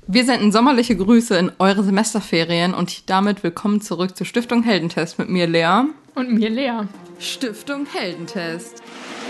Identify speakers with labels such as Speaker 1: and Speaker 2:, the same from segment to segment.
Speaker 1: Wir senden sommerliche Grüße in eure Semesterferien und damit willkommen zurück zur Stiftung Heldentest mit mir, Lea.
Speaker 2: Und mir, Lea.
Speaker 1: Stiftung Heldentest.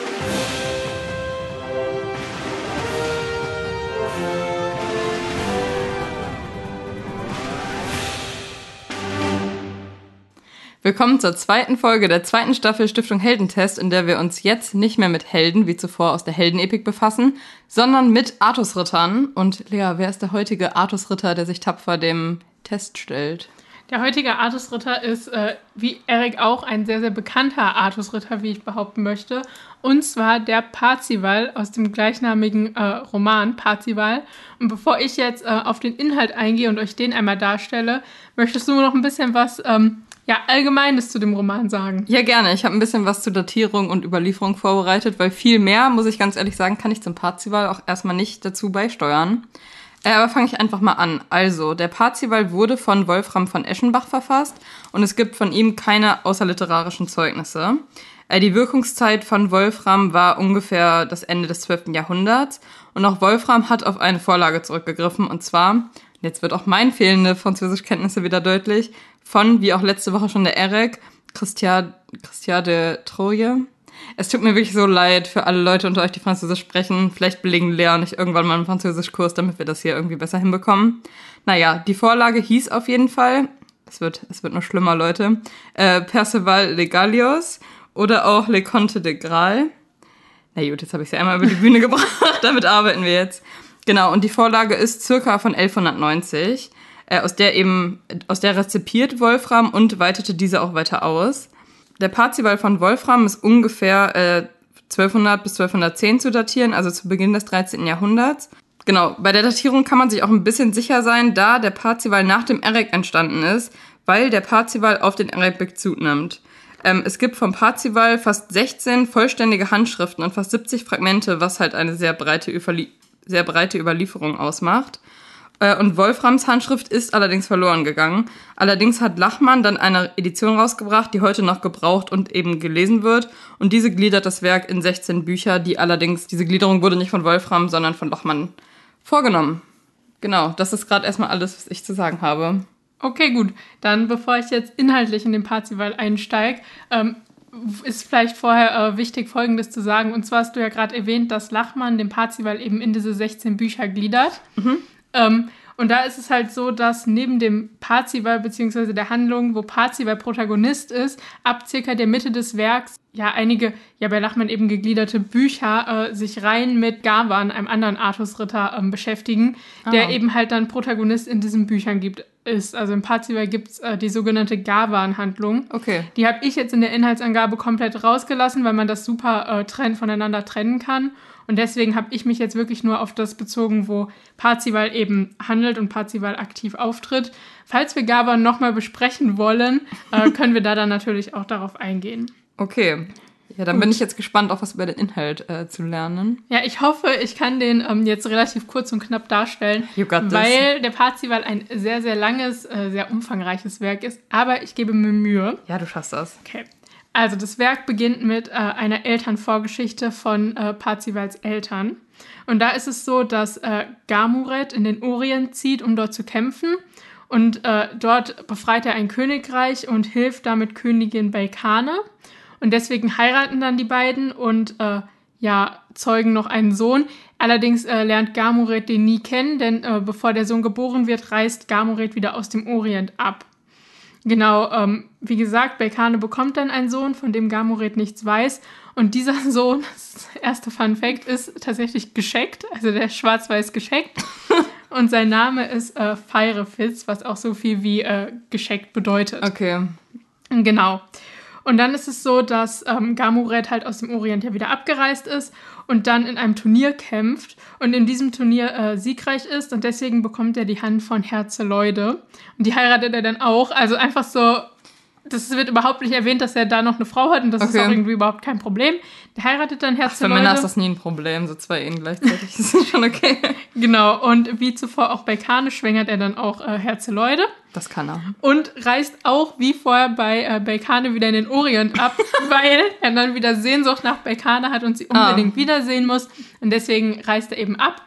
Speaker 1: Willkommen zur zweiten Folge der zweiten Staffel Stiftung Heldentest, in der wir uns jetzt nicht mehr mit Helden wie zuvor aus der Heldenepik befassen, sondern mit Artusrittern. Und Lea, wer ist der heutige Artusritter, der sich tapfer dem Test stellt?
Speaker 2: Der heutige Artusritter ist, wie Erik auch, ein sehr, sehr bekannter Artusritter, wie ich behaupten möchte. Und zwar der Parzival aus dem gleichnamigen Roman Parzival. Und bevor ich jetzt auf den Inhalt eingehe und euch den einmal darstelle, möchtest du noch ein bisschen was Allgemeines zu dem Roman sagen?
Speaker 1: Ja, gerne. Ich habe ein bisschen was zu Datierung und Überlieferung vorbereitet, weil viel mehr, muss ich ganz ehrlich sagen, kann ich zum Parzival auch erstmal nicht dazu beisteuern. Aber fange ich einfach mal an. Also, der Parzival wurde von Wolfram von Eschenbach verfasst und es gibt von ihm keine außerliterarischen Zeugnisse. Die Wirkungszeit von Wolfram war ungefähr das Ende des 12. Jahrhunderts und auch Wolfram hat auf eine Vorlage zurückgegriffen und zwar, jetzt wird auch mein fehlende Französischkenntnisse wieder deutlich, von, wie auch letzte Woche schon der Erik, Christian de Troje. Es tut mir wirklich so leid für alle Leute unter euch, die Französisch sprechen. Vielleicht belegen Lea und ich irgendwann mal einen Französischkurs, damit wir das hier irgendwie besser hinbekommen. Naja, die Vorlage hieß auf jeden Fall, es wird nur schlimmer, Leute, Perceval de Gallios oder auch Le Conte de Graal. Na gut, jetzt habe ich sie einmal über die Bühne gebracht, damit arbeiten wir jetzt. Genau, und die Vorlage ist circa von 1190. Aus der rezipiert Wolfram und weitete diese auch weiter aus. Der Parzival von Wolfram ist ungefähr 1200 bis 1210 zu datieren, also zu Beginn des 13. Jahrhunderts. Genau, bei der Datierung kann man sich auch ein bisschen sicher sein, da der Parzival nach dem Erik entstanden ist, weil der Parzival auf den Erik Bezug nimmt. Es gibt vom Parzival fast 16 vollständige Handschriften und fast 70 Fragmente, was halt eine sehr breite Überlieferung ausmacht. Und Wolframs Handschrift ist allerdings verloren gegangen. Allerdings hat Lachmann dann eine Edition rausgebracht, die heute noch gebraucht und eben gelesen wird. Und diese gliedert das Werk in 16 Bücher, diese Gliederung wurde nicht von Wolfram, sondern von Lachmann vorgenommen. Genau, das ist gerade erstmal alles, was ich zu sagen habe.
Speaker 2: Okay, gut. Dann, bevor ich jetzt inhaltlich in den Parzival einsteige, ist vielleicht vorher wichtig, Folgendes zu sagen. Und zwar hast du ja gerade erwähnt, dass Lachmann den Parzival eben in diese 16 Bücher gliedert. Mhm. Und da ist es halt so, dass neben dem Parzival bzw. der Handlung, wo Parzival Protagonist ist, ab circa der Mitte des Werks einige, bei Lachmann eben gegliederte Bücher sich rein mit Gawain, einem anderen Artusritter, beschäftigen, der eben halt dann Protagonist in diesen Büchern ist. Also im Parzival gibt es die sogenannte Gawain-Handlung.
Speaker 1: Okay.
Speaker 2: Die habe ich jetzt in der Inhaltsangabe komplett rausgelassen, weil man das super voneinander trennen kann. Und deswegen habe ich mich jetzt wirklich nur auf das bezogen, wo Parzival eben handelt und Parzival aktiv auftritt. Falls wir Gawain nochmal besprechen wollen, können wir da dann natürlich auch darauf eingehen.
Speaker 1: Okay. Ja, dann bin ich jetzt gespannt, auch was über den Inhalt zu lernen.
Speaker 2: Ja, ich hoffe, ich kann den jetzt relativ kurz und knapp darstellen, weil der Parzival ein sehr, sehr langes, sehr umfangreiches Werk ist. Aber ich gebe mir Mühe.
Speaker 1: Ja, du schaffst das.
Speaker 2: Okay. Also das Werk beginnt mit einer Elternvorgeschichte von Parzivals Eltern. Und da ist es so, dass Gamuret in den Orient zieht, um dort zu kämpfen. Und dort befreit er ein Königreich und hilft damit Königin Belkane. Und deswegen heiraten dann die beiden und zeugen noch einen Sohn. Allerdings lernt Gamuret den nie kennen, denn bevor der Sohn geboren wird, reist Gamuret wieder aus dem Orient ab. Genau, wie gesagt, Belkane bekommt dann einen Sohn, von dem Gamuret nichts weiß. Und dieser Sohn, das erste Fun Fact, ist tatsächlich gescheckt, also der ist schwarz-weiß gescheckt. Und sein Name ist Feirefitz, was auch so viel wie gescheckt bedeutet.
Speaker 1: Okay.
Speaker 2: Genau. Und dann ist es so, dass Gamuret halt aus dem Orient ja wieder abgereist ist und dann in einem Turnier kämpft und in diesem Turnier siegreich ist und deswegen bekommt er die Hand von Herzeleude und die heiratet er dann auch. Also einfach so, das wird überhaupt nicht erwähnt, dass er da noch eine Frau hat und das ist auch irgendwie überhaupt kein Problem. Der heiratet dann Herzeleude.
Speaker 1: Für Männer ist das nie ein Problem, so zwei Ehen gleichzeitig, das ist schon okay.
Speaker 2: Genau, und wie zuvor auch Belkane schwängert er dann auch Herzeleude.
Speaker 1: Das kann er.
Speaker 2: Und reist auch wie vorher bei Belkane wieder in den Orient ab, weil er dann wieder Sehnsucht nach Belkane hat und sie unbedingt wiedersehen muss. Und deswegen reist er eben ab.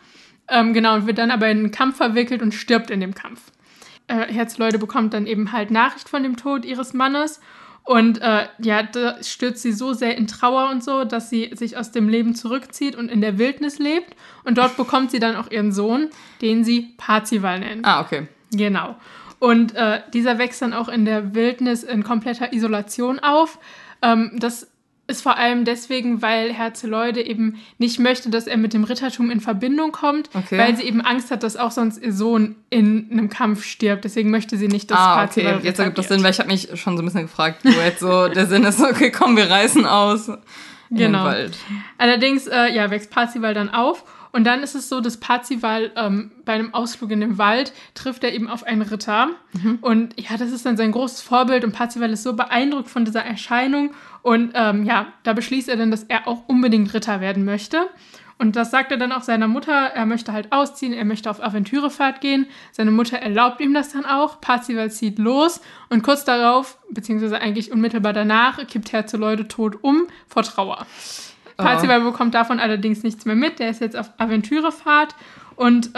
Speaker 2: Genau, und wird dann aber in einen Kampf verwickelt und stirbt in dem Kampf. Herzeleute bekommt dann eben halt Nachricht von dem Tod ihres Mannes. Und da stürzt sie so sehr in Trauer und so, dass sie sich aus dem Leben zurückzieht und in der Wildnis lebt. Und dort bekommt sie dann auch ihren Sohn, den sie Parzival nennt.
Speaker 1: Ah, okay.
Speaker 2: Genau. Und dieser wächst dann auch in der Wildnis in kompletter Isolation auf. Das ist vor allem deswegen, weil Herzeloide eben nicht möchte, dass er mit dem Rittertum in Verbindung kommt, weil sie eben Angst hat, dass auch sonst ihr Sohn in einem Kampf stirbt. Deswegen möchte sie nicht, dass Parzival
Speaker 1: okay. Jetzt ergibt das Sinn, weil ich habe mich schon so ein bisschen gefragt, wo jetzt so der Sinn ist, okay, komm, wir reißen aus in den Wald.
Speaker 2: Allerdings wächst Parzival dann auf. Und dann ist es so, dass Parzival bei einem Ausflug in den Wald trifft er eben auf einen Ritter. Und ja, das ist dann sein großes Vorbild. Und Parzival ist so beeindruckt von dieser Erscheinung. Und da beschließt er dann, dass er auch unbedingt Ritter werden möchte. Und das sagt er dann auch seiner Mutter. Er möchte halt ausziehen, er möchte auf Aventürefahrt gehen. Seine Mutter erlaubt ihm das dann auch. Parzival zieht los. Und kurz darauf, beziehungsweise eigentlich unmittelbar danach, kippt Herzeloide tot um vor Trauer. Parzival bekommt davon allerdings nichts mehr mit. Der ist jetzt auf Aventürefahrt. Und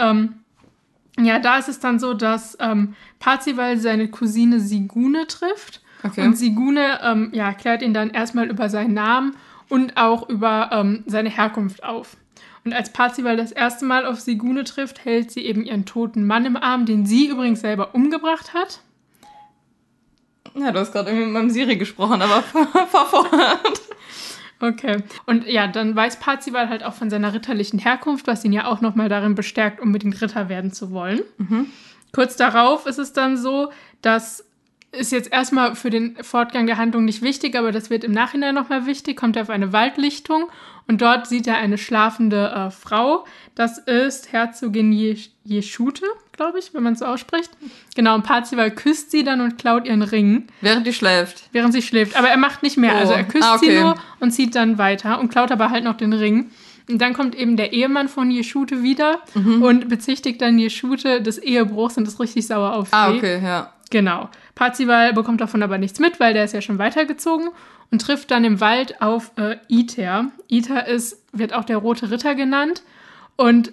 Speaker 2: da ist es dann so, dass Parzival seine Cousine Sigune trifft.
Speaker 1: Okay.
Speaker 2: Und Sigune klärt ihn dann erstmal über seinen Namen und auch über seine Herkunft auf. Und als Parzival das erste Mal auf Sigune trifft, hält sie eben ihren toten Mann im Arm, den sie übrigens selber umgebracht hat.
Speaker 1: Ja, du hast gerade irgendwie mit meinem Siri gesprochen, aber fahr fort.
Speaker 2: Okay. Und ja, dann weiß Parzival halt auch von seiner ritterlichen Herkunft, was ihn ja auch nochmal darin bestärkt, unbedingt Ritter werden zu wollen. Kurz darauf ist es dann so, dass ist jetzt erstmal für den Fortgang der Handlung nicht wichtig, aber das wird im Nachhinein nochmal wichtig, kommt er auf eine Waldlichtung und dort sieht er eine schlafende Frau. Das ist Herzogin Jeschute, glaube ich, wenn man es so ausspricht. Genau, und Parzival küsst sie dann und klaut ihren Ring.
Speaker 1: Während die schläft?
Speaker 2: Während sie schläft, aber er macht nicht mehr. Also er küsst sie nur und zieht dann weiter und klaut aber halt noch den Ring. Und dann kommt eben der Ehemann von Jeschute wieder und bezichtigt dann Jeschute des Ehebruchs und ist richtig sauer auf sie.
Speaker 1: Okay, ja.
Speaker 2: Genau. Parzival bekommt davon aber nichts mit, weil der ist ja schon weitergezogen und trifft dann im Wald auf Iter. Iter wird auch der Rote Ritter genannt. Und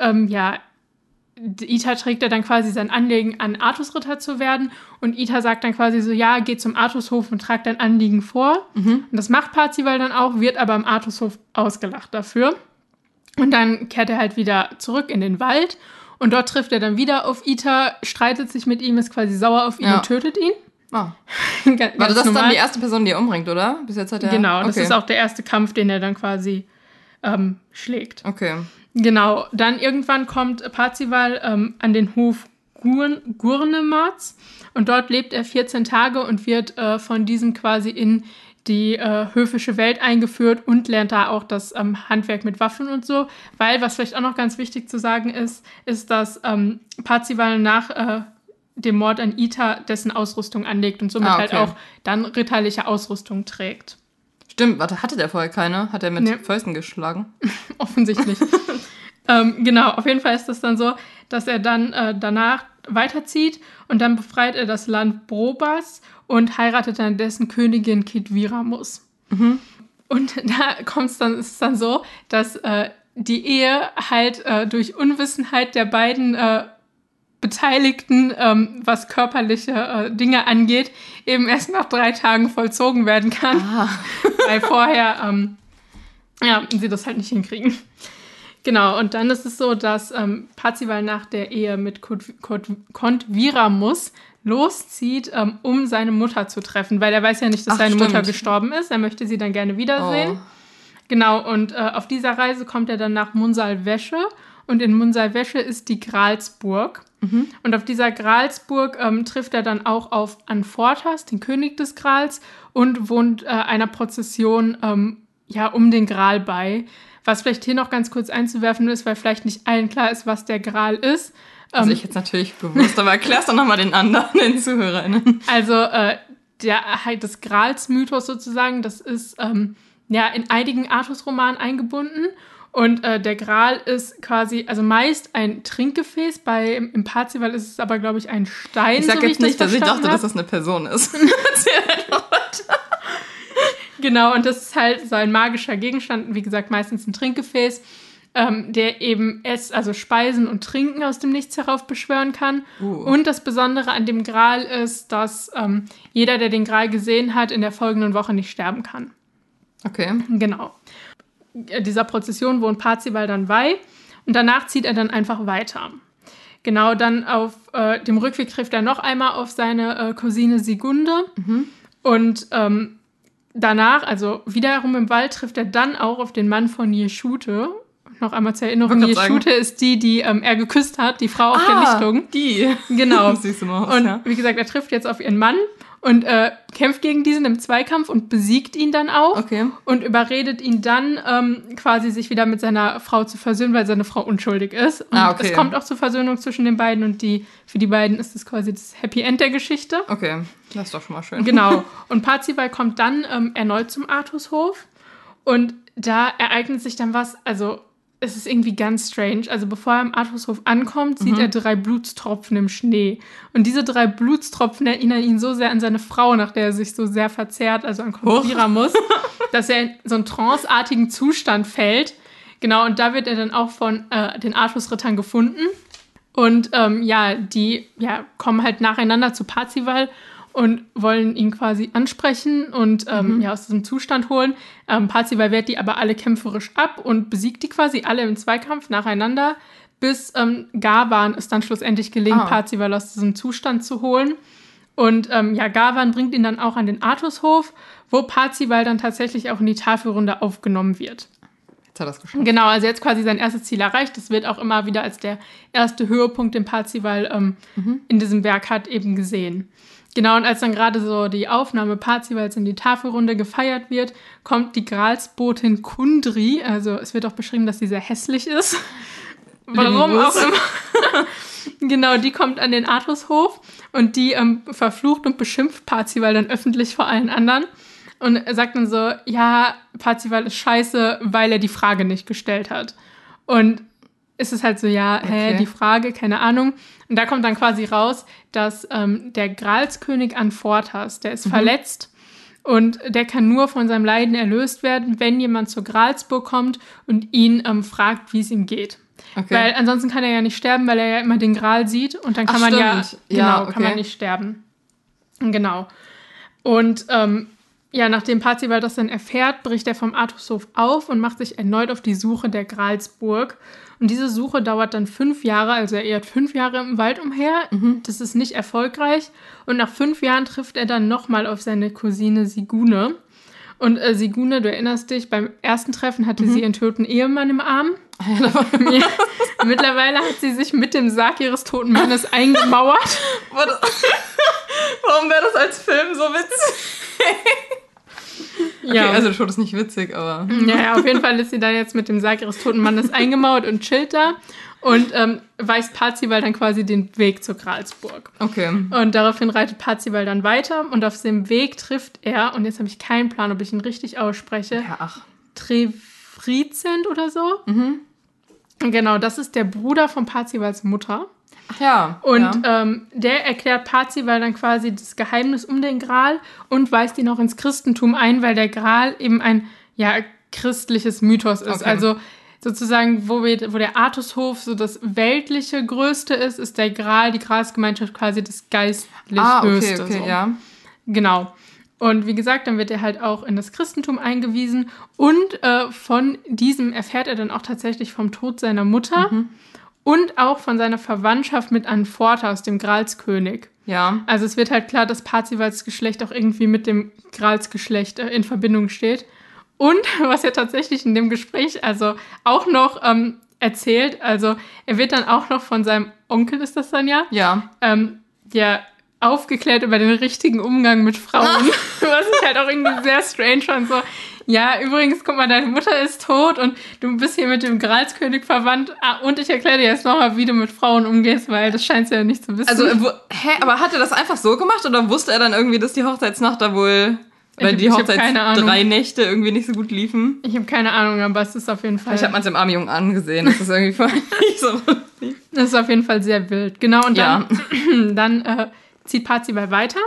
Speaker 2: Iter trägt er dann quasi sein Anliegen an, Artusritter zu werden. Und Iter sagt dann quasi so, ja, geh zum Artushof und trag dein Anliegen vor. Und das macht Parzival dann auch, wird aber am Artushof ausgelacht dafür. Und dann kehrt er halt wieder zurück in den Wald. Und dort trifft er dann wieder auf Iter, streitet sich mit ihm, ist quasi sauer auf ihn und tötet ihn.
Speaker 1: Oh. War das normal. Dann die erste Person, die er umbringt, oder? Bis jetzt hat er...
Speaker 2: Genau, das ist auch der erste Kampf, den er dann quasi schlägt.
Speaker 1: Okay.
Speaker 2: Genau, dann irgendwann kommt Parzival an den Hof Gurnemarz und dort lebt er 14 Tage und wird von diesem quasi in die höfische Welt eingeführt und lernt da auch das Handwerk mit Waffen und so. Weil, was vielleicht auch noch ganz wichtig zu sagen ist, dass Parzival nach dem Mord an Iter dessen Ausrüstung anlegt und somit halt auch dann ritterliche Ausrüstung trägt.
Speaker 1: Stimmt, hatte der vorher keine? Hat er mit Fäusten geschlagen?
Speaker 2: Offensichtlich. Genau, auf jeden Fall ist das dann so, dass er dann danach weiterzieht und dann befreit er das Land Brobas und heiratet dann dessen Königin Kitwiramus. Und da ist es dann so, dass die Ehe halt durch Unwissenheit der beiden Beteiligten, was körperliche Dinge angeht, eben erst nach 3 Tagen vollzogen werden kann. Weil vorher sie das halt nicht hinkriegen. Genau, und dann ist es so, dass Parzival nach der Ehe mit Kitwiramus loszieht, um seine Mutter zu treffen, weil er weiß ja nicht, dass seine Mutter gestorben ist. Er möchte sie dann gerne wiedersehen. Genau, und auf dieser Reise kommt er dann nach Munsalwesche und in Munsalwesche ist die Gralsburg. Und auf dieser Gralsburg trifft er dann auch auf Anfortas, den König des Grals, und wohnt einer Prozession um den Gral bei. Was vielleicht hier noch ganz kurz einzuwerfen ist, weil vielleicht nicht allen klar ist, was der Gral ist.
Speaker 1: Also ich jetzt natürlich bewusst, aber erklär's doch nochmal den anderen, den ZuhörerInnen.
Speaker 2: Also des Grals-Mythos sozusagen, das ist in einigen Artus-Romanen eingebunden. Und der Gral ist quasi, also meist ein Trinkgefäß, im Parzival ist es aber, glaube ich, ein Stein.
Speaker 1: Ich sag jetzt nicht, dass ich dachte, dass das eine Person ist.
Speaker 2: Genau, und das ist halt so ein magischer Gegenstand, wie gesagt, meistens ein Trinkgefäß. der eben also Speisen und Trinken aus dem Nichts heraufbeschwören kann. Und das Besondere an dem Gral ist, dass jeder, der den Gral gesehen hat, in der folgenden Woche nicht sterben kann.
Speaker 1: Okay.
Speaker 2: Genau. Dieser Prozession wohnt Parzival dann bei und danach zieht er dann einfach weiter. Genau, dann auf dem Rückweg trifft er noch einmal auf seine Cousine Sigunde. Und danach, also wiederum im Wald, trifft er dann auch auf den Mann von Jeschute. Noch einmal zur Erinnerung, Jeschute ist die er geküsst hat, die Frau auf der Lichtung.
Speaker 1: Die.
Speaker 2: Genau.
Speaker 1: Süße Maus,
Speaker 2: und
Speaker 1: ja.
Speaker 2: wie gesagt, er trifft jetzt auf ihren Mann und kämpft gegen diesen im Zweikampf und besiegt ihn dann auch.
Speaker 1: Okay.
Speaker 2: Und überredet ihn dann quasi, sich wieder mit seiner Frau zu versöhnen, weil seine Frau unschuldig ist. Und
Speaker 1: okay.
Speaker 2: Es kommt auch zur Versöhnung zwischen den beiden und für die beiden ist es quasi das Happy End der Geschichte.
Speaker 1: Okay, das ist doch schon mal schön.
Speaker 2: Genau. Und Parzival kommt dann erneut zum Artushof und da ereignet sich dann was, also es ist irgendwie ganz strange. Also bevor er am Artushof ankommt, sieht er 3 Blutstropfen im Schnee. Und diese 3 Blutstropfen erinnern ihn so sehr an seine Frau, nach der er sich so sehr verzehrt, also an Konfiramus, dass er in so einen tranceartigen Zustand fällt. Genau, und da wird er dann auch von den Artusrittern gefunden. Und die kommen halt nacheinander zu Parzival und wollen ihn quasi ansprechen und aus diesem Zustand holen. Parzival wehrt die aber alle kämpferisch ab und besiegt die quasi alle im Zweikampf nacheinander, bis Garwan es dann schlussendlich gelingt, Parzival aus diesem Zustand zu holen. Und Garwan bringt ihn dann auch an den Artushof, wo Parzival dann tatsächlich auch in die Tafelrunde aufgenommen wird.
Speaker 1: Jetzt hat er es geschafft.
Speaker 2: Genau, also jetzt quasi sein erstes Ziel erreicht. Das wird auch immer wieder als der erste Höhepunkt, den Parzival in diesem Werk hat, eben gesehen. Genau, und als dann gerade so die Aufnahme Parzivals in die Tafelrunde gefeiert wird, kommt die Gralsbotin Kundry, also es wird auch beschrieben, dass sie sehr hässlich ist. Warum auch immer. Genau, die kommt an den Artushof und die verflucht und beschimpft Parzival dann öffentlich vor allen anderen und sagt dann so, ja, Parzival ist scheiße, weil er die Frage nicht gestellt hat. Und ist es halt so, die Frage, keine Ahnung. Und da kommt dann quasi raus, dass der Gralskönig Anfortas, der ist verletzt und der kann nur von seinem Leiden erlöst werden, wenn jemand zur Gralsburg kommt und ihn fragt, wie es ihm geht. Okay. Weil ansonsten kann er ja nicht sterben, weil er ja immer den Gral sieht und dann kann man kann man nicht sterben. Genau. Und nachdem Parzival das dann erfährt, bricht er vom Artushof auf und macht sich erneut auf die Suche der Gralsburg. Und diese Suche dauert dann 5 Jahre, also er irrt 5 Jahre im Wald umher. Das ist nicht erfolgreich. Und nach 5 Jahren trifft er dann nochmal auf seine Cousine Sigune. Und Sigune, du erinnerst dich, beim ersten Treffen hatte sie ihren toten Ehemann im Arm. Ja. Mittlerweile hat sie sich mit dem Sarg ihres toten Mannes eingemauert.
Speaker 1: Warum wäre das als Film so witzig? Okay, also der Tod ist nicht witzig, aber...
Speaker 2: Ja, auf jeden Fall ist sie da jetzt mit dem Sarg ihres toten Mannes eingemauert und chillt da und weist Parzival dann quasi den Weg zur Gralsburg.
Speaker 1: Okay.
Speaker 2: Und daraufhin reitet Parzival dann weiter und auf dem Weg trifft er, und jetzt habe ich keinen Plan, ob ich ihn richtig ausspreche, Trefrizent oder so. Genau, das ist der Bruder von Parzivals Mutter.
Speaker 1: Ach ja.
Speaker 2: Und der erklärt Parzival dann quasi das Geheimnis um den Gral und weist ihn auch ins Christentum ein, weil der Gral eben ein christlich Mythos ist. Okay. Also sozusagen, wo der Artushof so das weltliche Größte ist, ist der Gral, die Gralsgemeinschaft quasi das geistlich Höchste.
Speaker 1: Okay,
Speaker 2: so.
Speaker 1: ja.
Speaker 2: Genau. Und wie gesagt, dann wird er halt auch in das Christentum eingewiesen und von diesem erfährt er dann auch tatsächlich vom Tod seiner Mutter. Und auch von seiner Verwandtschaft mit Anfortas, dem Gralskönig.
Speaker 1: Ja.
Speaker 2: Also es wird halt klar, dass Parzivals Geschlecht auch irgendwie mit dem Gralsgeschlecht in Verbindung steht. Und was er tatsächlich in dem Gespräch also auch noch erzählt, also er wird dann auch noch von seinem Onkel, ist das dann ja?
Speaker 1: Ja.
Speaker 2: Aufgeklärt über den richtigen Umgang mit Frauen. Was ich halt auch irgendwie sehr strange fand. So, ja, übrigens, guck mal, deine Mutter ist tot und du bist hier mit dem Gralskönig verwandt. Und ich erkläre dir jetzt nochmal, wie du mit Frauen umgehst, weil das scheinst du ja nicht zu wissen.
Speaker 1: Also, aber hat er das einfach so gemacht oder wusste er dann irgendwie, dass die Hochzeitsnacht da wohl, weil die Hochzeits 3 Nächte irgendwie nicht so gut liefen?
Speaker 2: Ich habe keine Ahnung, aber es ist auf jeden Fall...
Speaker 1: Ich habe man es im Army Jungen angesehen, das ist irgendwie voll nicht so...
Speaker 2: Das ist auf jeden Fall sehr wild. Genau, und dann zieht Parzival weiter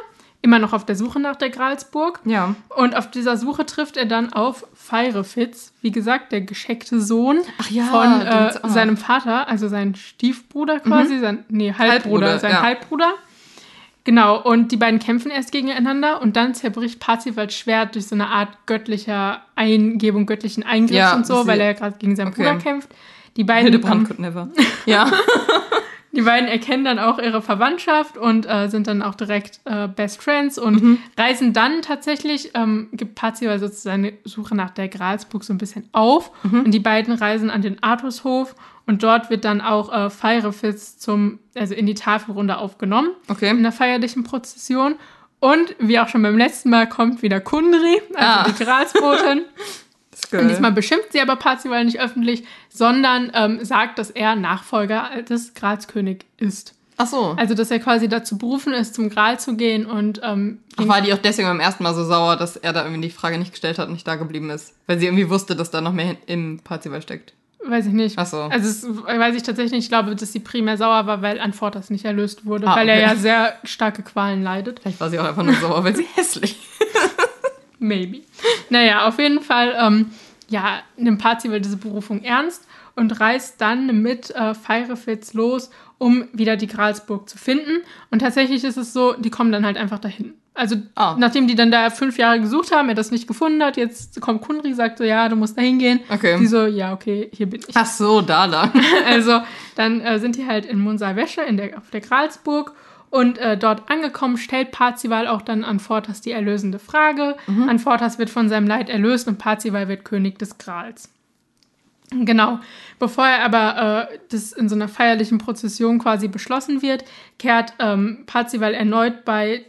Speaker 2: immer noch auf der Suche nach der Gralsburg.
Speaker 1: Ja.
Speaker 2: Und auf dieser Suche trifft er dann auf Firefitz, wie gesagt, der gescheckte Sohn von seinem Vater, also sein Stiefbruder quasi, Halbbruder. Halbbruder. Genau, und die beiden kämpfen erst gegeneinander und dann zerbricht Parzivalds Schwert durch so eine Art göttlichen Eingriffs und so, weil er gerade gegen seinen Bruder kämpft. Die beiden,
Speaker 1: Hildebrand could never. Ja.
Speaker 2: Die beiden erkennen dann auch ihre Verwandtschaft und sind dann auch direkt Best Friends und reisen dann tatsächlich, gibt Parzival sozusagen seine Suche nach der Gralsburg so ein bisschen auf und die beiden reisen an den Artushof und dort wird dann auch Firefitz in die Tafelrunde aufgenommen in einer feierlichen Prozession und wie auch schon beim letzten Mal kommt wieder Kundry, also die Gralsbotin. Und diesmal beschimpft sie aber Parzival nicht öffentlich, sondern sagt, dass er Nachfolger des Gralskönig ist.
Speaker 1: Ach so.
Speaker 2: Also, dass er quasi dazu berufen ist, zum Gral zu gehen und...
Speaker 1: war die auch deswegen beim ersten Mal so sauer, dass er da irgendwie die Frage nicht gestellt hat und nicht da geblieben ist? Weil sie irgendwie wusste, dass da noch mehr im Parzival steckt.
Speaker 2: Weiß ich nicht.
Speaker 1: Ach so.
Speaker 2: Also, das weiß ich tatsächlich nicht. Ich glaube, dass sie primär sauer war, weil Anfortas nicht erlöst wurde, weil er ja sehr starke Qualen leidet.
Speaker 1: Vielleicht war sie auch einfach nur sauer, weil sie hässlich
Speaker 2: Maybe. Naja, auf jeden Fall, nimmt Parzival diese Berufung ernst und reist dann mit Firefitz los, um wieder die Gralsburg zu finden. Und tatsächlich ist es so, die kommen dann halt einfach dahin. Also, nachdem die dann da 5 Jahre gesucht haben, er das nicht gefunden hat, jetzt kommt Kundry, sagt so, ja, du musst da hingehen.
Speaker 1: Okay.
Speaker 2: Die so, ja, okay, hier bin ich.
Speaker 1: Ach so, da lang.
Speaker 2: Also, dann sind die halt in Munsalwäsche auf der Gralsburg. Und dort angekommen, stellt Parzival auch dann Anfortas die erlösende Frage. Anfortas wird von seinem Leid erlöst und Parzival wird König des Grals. Genau. Bevor er aber das in so einer feierlichen Prozession quasi beschlossen wird, kehrt Parzival erneut bei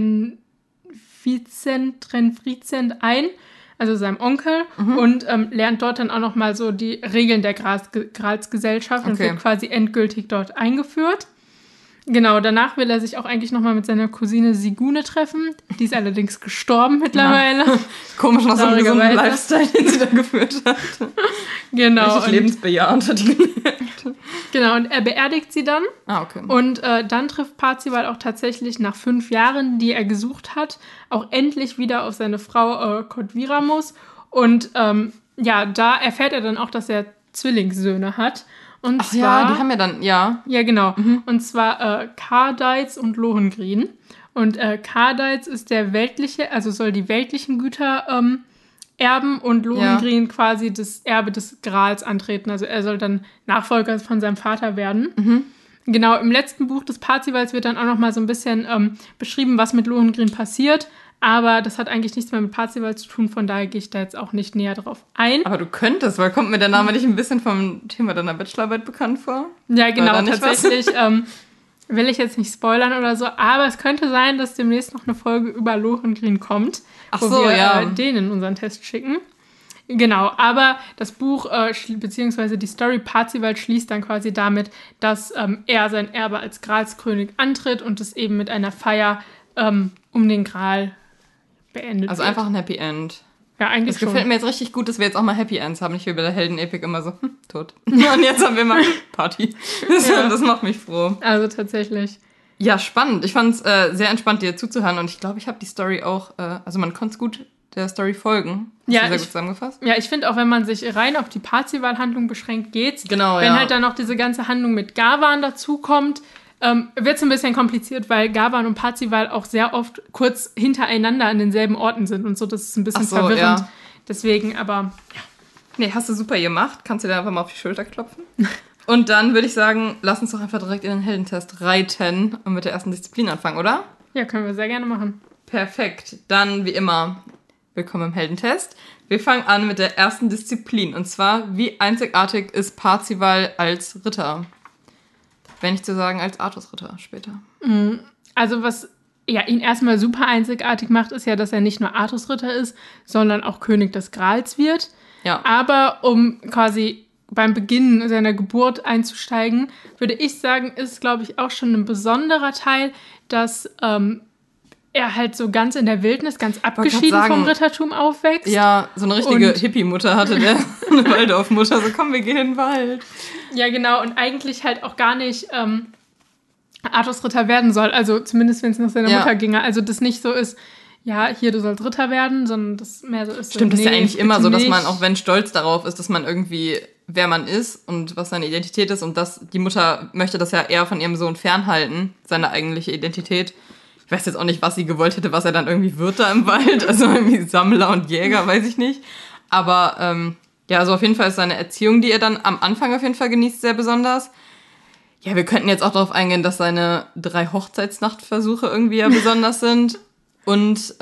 Speaker 2: Trenfrizent ein, also seinem Onkel, und lernt dort dann auch nochmal so die Regeln der Gralsgesellschaft und wird quasi endgültig dort eingeführt. Genau, danach will er sich auch eigentlich nochmal mit seiner Cousine Sigune treffen. Die ist allerdings gestorben mittlerweile.
Speaker 1: Ja. Komisch, nach so einem gesunden Lifestyle, den sie da geführt hat.
Speaker 2: Genau.
Speaker 1: Richtig lebensbejahend hat die gemerkt.
Speaker 2: Genau, und er beerdigt sie dann.
Speaker 1: Okay.
Speaker 2: Und dann trifft Parzival auch tatsächlich nach 5 Jahren, die er gesucht hat, auch endlich wieder auf seine Frau Kodviramus. Und da erfährt er dann auch, dass er Zwillingssöhne hat. Und zwar,
Speaker 1: ja, die haben ja dann, ja.
Speaker 2: Ja, genau. Und zwar Kardites und Lohengrin. Und Kardites ist der weltliche, also soll die weltlichen Güter erben und Lohengrin quasi das Erbe des Grals antreten. Also er soll dann Nachfolger von seinem Vater werden. Genau, im letzten Buch des Parzivals wird dann auch noch mal so ein bisschen beschrieben, was mit Lohengrin passiert. Aber das hat eigentlich nichts mehr mit Parzival zu tun, von daher gehe ich da jetzt auch nicht näher drauf ein.
Speaker 1: Aber du könntest, weil kommt mir der Name nicht ein bisschen vom Thema deiner Bachelorarbeit bekannt vor?
Speaker 2: Ja, genau, tatsächlich will ich jetzt nicht spoilern oder so, aber es könnte sein, dass demnächst noch eine Folge über Lohengrin kommt, wo wir den in unseren Test schicken. Genau, aber das Buch beziehungsweise die Story Parzival schließt dann quasi damit, dass er sein Erbe als Gralskönig antritt und es eben mit einer Feier um den Gral beendet
Speaker 1: also
Speaker 2: wird.
Speaker 1: einfach ein Happy End.
Speaker 2: Ja, eigentlich schon.
Speaker 1: Das gefällt mir jetzt richtig gut, dass wir jetzt auch mal Happy Ends haben. Nicht wie bei der Helden-Epik immer so, tot. Und jetzt haben wir mal Party. Das macht mich froh.
Speaker 2: Also tatsächlich.
Speaker 1: Ja, spannend. Ich fand es sehr entspannt, dir zuzuhören. Und ich glaube, ich habe die Story auch, also man konnte es gut der Story folgen. Hast du sehr gut zusammengefasst?
Speaker 2: Ja, ich finde auch, wenn man sich rein auf die Parzival-Handlung beschränkt, geht's.
Speaker 1: Genau,
Speaker 2: wenn halt dann noch diese ganze Handlung mit Gawain dazukommt, wird es ein bisschen kompliziert, weil Gawain und Parzival auch sehr oft kurz hintereinander an denselben Orten sind und so. Das ist ein bisschen verwirrend. Ja. Deswegen, aber ja.
Speaker 1: Nee, hast du super gemacht. Kannst du dir einfach mal auf die Schulter klopfen. Und dann würde ich sagen, lass uns doch einfach direkt in den Heldentest reiten und mit der ersten Disziplin anfangen, oder?
Speaker 2: Ja, können wir sehr gerne machen.
Speaker 1: Perfekt. Dann, wie immer, willkommen im Heldentest. Wir fangen an mit der ersten Disziplin. Und zwar, wie einzigartig ist Parzival als Ritter? Wenn nicht zu sagen, als Artusritter später.
Speaker 2: Also was ihn erstmal super einzigartig macht, ist ja, dass er nicht nur Artusritter ist, sondern auch König des Grals wird.
Speaker 1: Ja.
Speaker 2: Aber um quasi beim Beginn seiner Geburt einzusteigen, würde ich sagen, ist, glaube ich, auch schon ein besonderer Teil, dass er halt so ganz in der Wildnis, ganz abgeschieden vom Rittertum aufwächst.
Speaker 1: Ja, so eine richtige Hippie-Mutter hatte der, eine Waldorfmutter, so komm, wir gehen in den Wald.
Speaker 2: Ja, genau, und eigentlich halt auch gar nicht Artus Ritter werden soll. Also zumindest, wenn es nach seiner Mutter ginge. Also das nicht so ist, ja, hier, du sollst Ritter werden, sondern das mehr so ist.
Speaker 1: Stimmt,
Speaker 2: so,
Speaker 1: das ist ja eigentlich immer so, dass
Speaker 2: nicht.
Speaker 1: man, auch wenn stolz darauf ist, dass man irgendwie, wer man ist und was seine Identität ist und die Mutter möchte das ja eher von ihrem Sohn fernhalten, seine eigentliche Identität. Ich weiß jetzt auch nicht, was sie gewollt hätte, was er dann irgendwie wird da im Wald, also irgendwie Sammler und Jäger, weiß ich nicht. Aber ja, also auf jeden Fall ist seine Erziehung, die er dann am Anfang auf jeden Fall genießt, sehr besonders. Ja, wir könnten jetzt auch darauf eingehen, dass seine 3 Hochzeitsnachtversuche irgendwie ja besonders sind. Und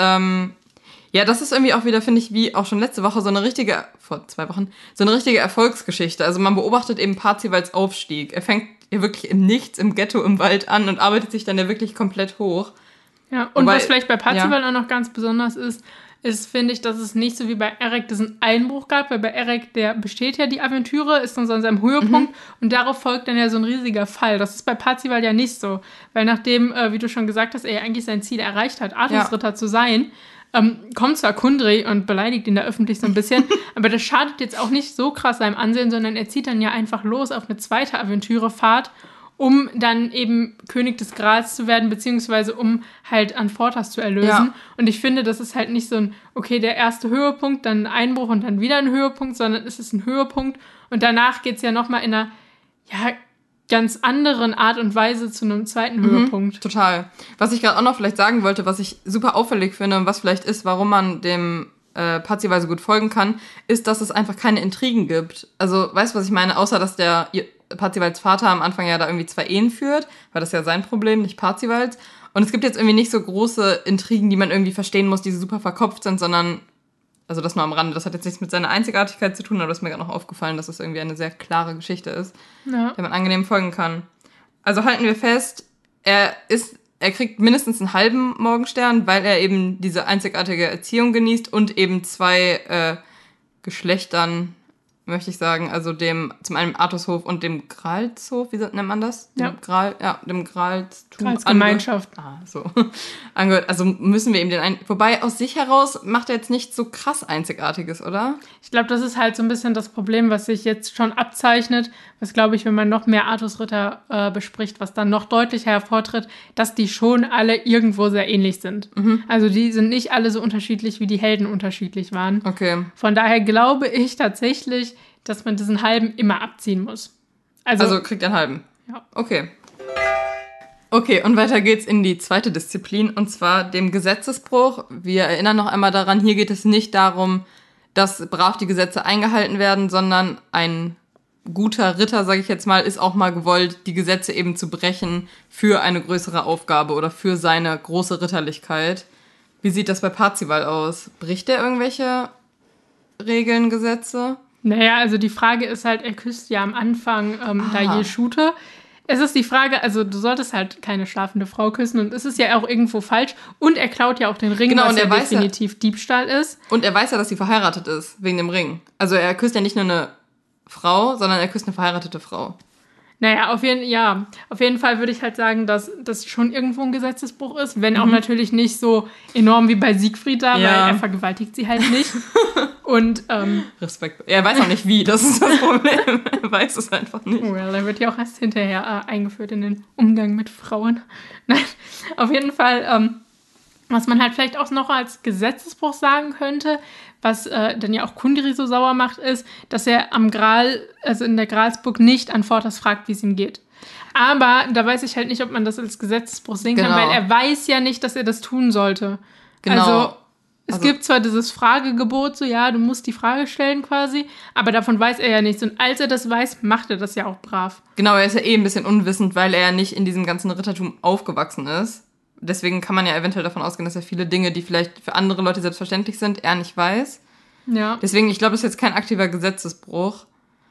Speaker 1: ja, das ist irgendwie auch wieder, finde ich, wie auch schon letzte Woche, vor 2 Wochen, so eine richtige Erfolgsgeschichte. Also man beobachtet eben Parzivals Aufstieg. Er fängt ja wirklich im Nichts, im Ghetto, im Wald an und arbeitet sich dann ja wirklich komplett hoch.
Speaker 2: Ja, und was vielleicht bei Parzival auch noch ganz besonders ist, finde ich, dass es nicht so wie bei Eric diesen Einbruch gab, weil bei Eric, der besteht ja die Aventüre, ist dann so an seinem Höhepunkt und darauf folgt dann ja so ein riesiger Fall. Das ist bei Parzival ja nicht so, weil nachdem, wie du schon gesagt hast, er ja eigentlich sein Ziel erreicht hat, Artusritter zu sein, kommt zwar Kundry und beleidigt ihn da öffentlich so ein bisschen, aber das schadet jetzt auch nicht so krass seinem Ansehen, sondern er zieht dann ja einfach los auf eine zweite Aventürefahrt, um dann eben König des Grals zu werden, beziehungsweise um halt Anfortas zu erlösen. Ja. Und ich finde, das ist halt nicht so ein, okay, der erste Höhepunkt, dann ein Einbruch und dann wieder ein Höhepunkt, sondern es ist ein Höhepunkt und danach geht's ja nochmal in einer, ja, ganz anderen Art und Weise zu einem zweiten Höhepunkt.
Speaker 1: Total. Was ich gerade auch noch vielleicht sagen wollte, was ich super auffällig finde und was vielleicht ist, warum man dem Parzival so gut folgen kann, ist, dass es einfach keine Intrigen gibt. Also, weißt du, was ich meine? Außer, dass der Parzivals Vater am Anfang ja da irgendwie 2 Ehen führt, weil das ja sein Problem, nicht Parzivals. Und es gibt jetzt irgendwie nicht so große Intrigen, die man irgendwie verstehen muss, die super verkopft sind, sondern, also das nur am Rande, das hat jetzt nichts mit seiner Einzigartigkeit zu tun, aber das ist mir gerade noch aufgefallen, dass es irgendwie eine sehr klare Geschichte ist, der man angenehm folgen kann. Also halten wir fest, er kriegt mindestens einen halben Morgenstern, weil er eben diese einzigartige Erziehung genießt und eben 2 Geschlechtern, möchte ich sagen, also zum einen Artushof und dem Gralshof, wie nennt man das?
Speaker 2: Ja.
Speaker 1: Dem Gralstum.
Speaker 2: Gralsgemeinschaft.
Speaker 1: So. Angehört. Also müssen wir ihm wobei aus sich heraus macht er jetzt nicht so krass Einzigartiges, oder?
Speaker 2: Ich glaube, das ist halt so ein bisschen das Problem, was sich jetzt schon abzeichnet, was, glaube ich, wenn man noch mehr Artusritter bespricht, was dann noch deutlicher hervortritt, dass die schon alle irgendwo sehr ähnlich sind. Also die sind nicht alle so unterschiedlich, wie die Helden unterschiedlich waren.
Speaker 1: Okay.
Speaker 2: Von daher glaube ich tatsächlich, dass man diesen halben immer abziehen muss.
Speaker 1: Also kriegt er einen halben?
Speaker 2: Ja.
Speaker 1: Okay. Okay, und weiter geht's in die zweite Disziplin, und zwar dem Gesetzesbruch. Wir erinnern noch einmal daran, hier geht es nicht darum, dass brav die Gesetze eingehalten werden, sondern ein guter Ritter, sage ich jetzt mal, ist auch mal gewollt, die Gesetze eben zu brechen für eine größere Aufgabe oder für seine große Ritterlichkeit. Wie sieht das bei Parzival aus? Bricht er irgendwelche Regeln, Gesetze?
Speaker 2: Naja, also die Frage ist halt, er küsst ja am Anfang da Jeschute. Es ist die Frage, also du solltest halt keine schlafende Frau küssen und es ist ja auch irgendwo falsch. Und er klaut ja auch den Ring, was ja definitiv Diebstahl ist.
Speaker 1: Und er weiß ja, dass sie verheiratet ist, wegen dem Ring. Also er küsst ja nicht nur eine Frau, sondern er küsst eine verheiratete Frau.
Speaker 2: Naja, auf jeden Fall würde ich halt sagen, dass das schon irgendwo ein Gesetzesbruch ist, wenn auch natürlich nicht so enorm wie bei Siegfried da, weil er vergewaltigt sie halt nicht. Und
Speaker 1: Respekt. Er weiß auch nicht wie, das ist das Problem. Er weiß es einfach nicht.
Speaker 2: Well, er wird ja auch erst hinterher eingeführt in den Umgang mit Frauen. Nein, auf jeden Fall, was man halt vielleicht auch noch als Gesetzesbruch sagen könnte, was dann ja auch Kundry so sauer macht, ist, dass er am Gral, also in der Gralsburg, nicht Anfortas fragt, wie es ihm geht. Aber da weiß ich halt nicht, ob man das als Gesetzesbruch sehen kann, weil er weiß ja nicht, dass er das tun sollte.
Speaker 1: Genau.
Speaker 2: Also es gibt zwar dieses Fragegebot, so ja, du musst die Frage stellen quasi, aber davon weiß er ja nichts. Und als er das weiß, macht er das ja auch brav.
Speaker 1: Genau, er ist ja ein bisschen unwissend, weil er ja nicht in diesem ganzen Rittertum aufgewachsen ist. Deswegen kann man ja eventuell davon ausgehen, dass er viele Dinge, die vielleicht für andere Leute selbstverständlich sind, er nicht weiß.
Speaker 2: Ja.
Speaker 1: Deswegen, ich glaube, das ist jetzt kein aktiver Gesetzesbruch.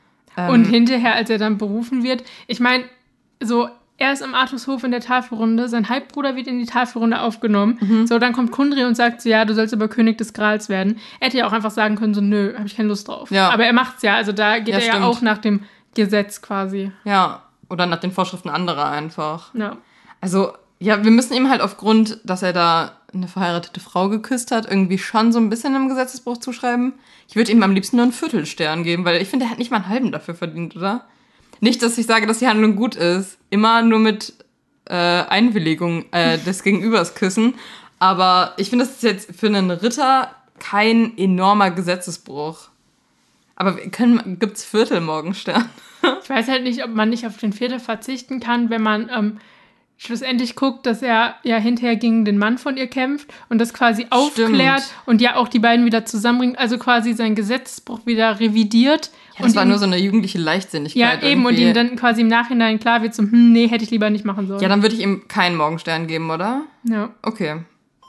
Speaker 2: Und hinterher, als er dann berufen wird, ich meine, so, er ist am Artushof in der Tafelrunde, sein Halbbruder wird in die Tafelrunde aufgenommen. So, dann kommt Kundry und sagt so, ja, du sollst aber König des Grals werden. Er hätte ja auch einfach sagen können, so, nö, habe ich keine Lust drauf. Ja. Aber er macht's ja, also da geht er ja auch nach dem Gesetz quasi.
Speaker 1: Ja, oder nach den Vorschriften anderer einfach.
Speaker 2: Ja.
Speaker 1: Also, ja, wir müssen ihm halt aufgrund, dass er da eine verheiratete Frau geküsst hat, irgendwie schon so ein bisschen einem Gesetzesbruch zuschreiben. Ich würde ihm am liebsten nur einen Viertelstern geben, weil ich finde, er hat nicht mal einen halben dafür verdient, oder? Nicht, dass ich sage, dass die Handlung gut ist. Immer nur mit Einwilligung des Gegenübers küssen. Aber ich finde, das ist jetzt für einen Ritter kein enormer Gesetzesbruch. Aber gibt's Viertelmorgenstern?
Speaker 2: Ich weiß halt nicht, ob man nicht auf den Viertel verzichten kann, wenn man schlussendlich guckt, dass er ja hinterher gegen den Mann von ihr kämpft und das quasi aufklärt und ja auch die beiden wieder zusammenbringt, also quasi seinen Gesetzesbruch wieder revidiert.
Speaker 1: Ja, das war nur so eine jugendliche Leichtsinnigkeit.
Speaker 2: Ja, eben, und ihm dann quasi im Nachhinein klar wird, so, nee, hätte ich lieber nicht machen sollen.
Speaker 1: Ja, dann würde ich ihm keinen Morgenstern geben, oder?
Speaker 2: Ja.
Speaker 1: Okay.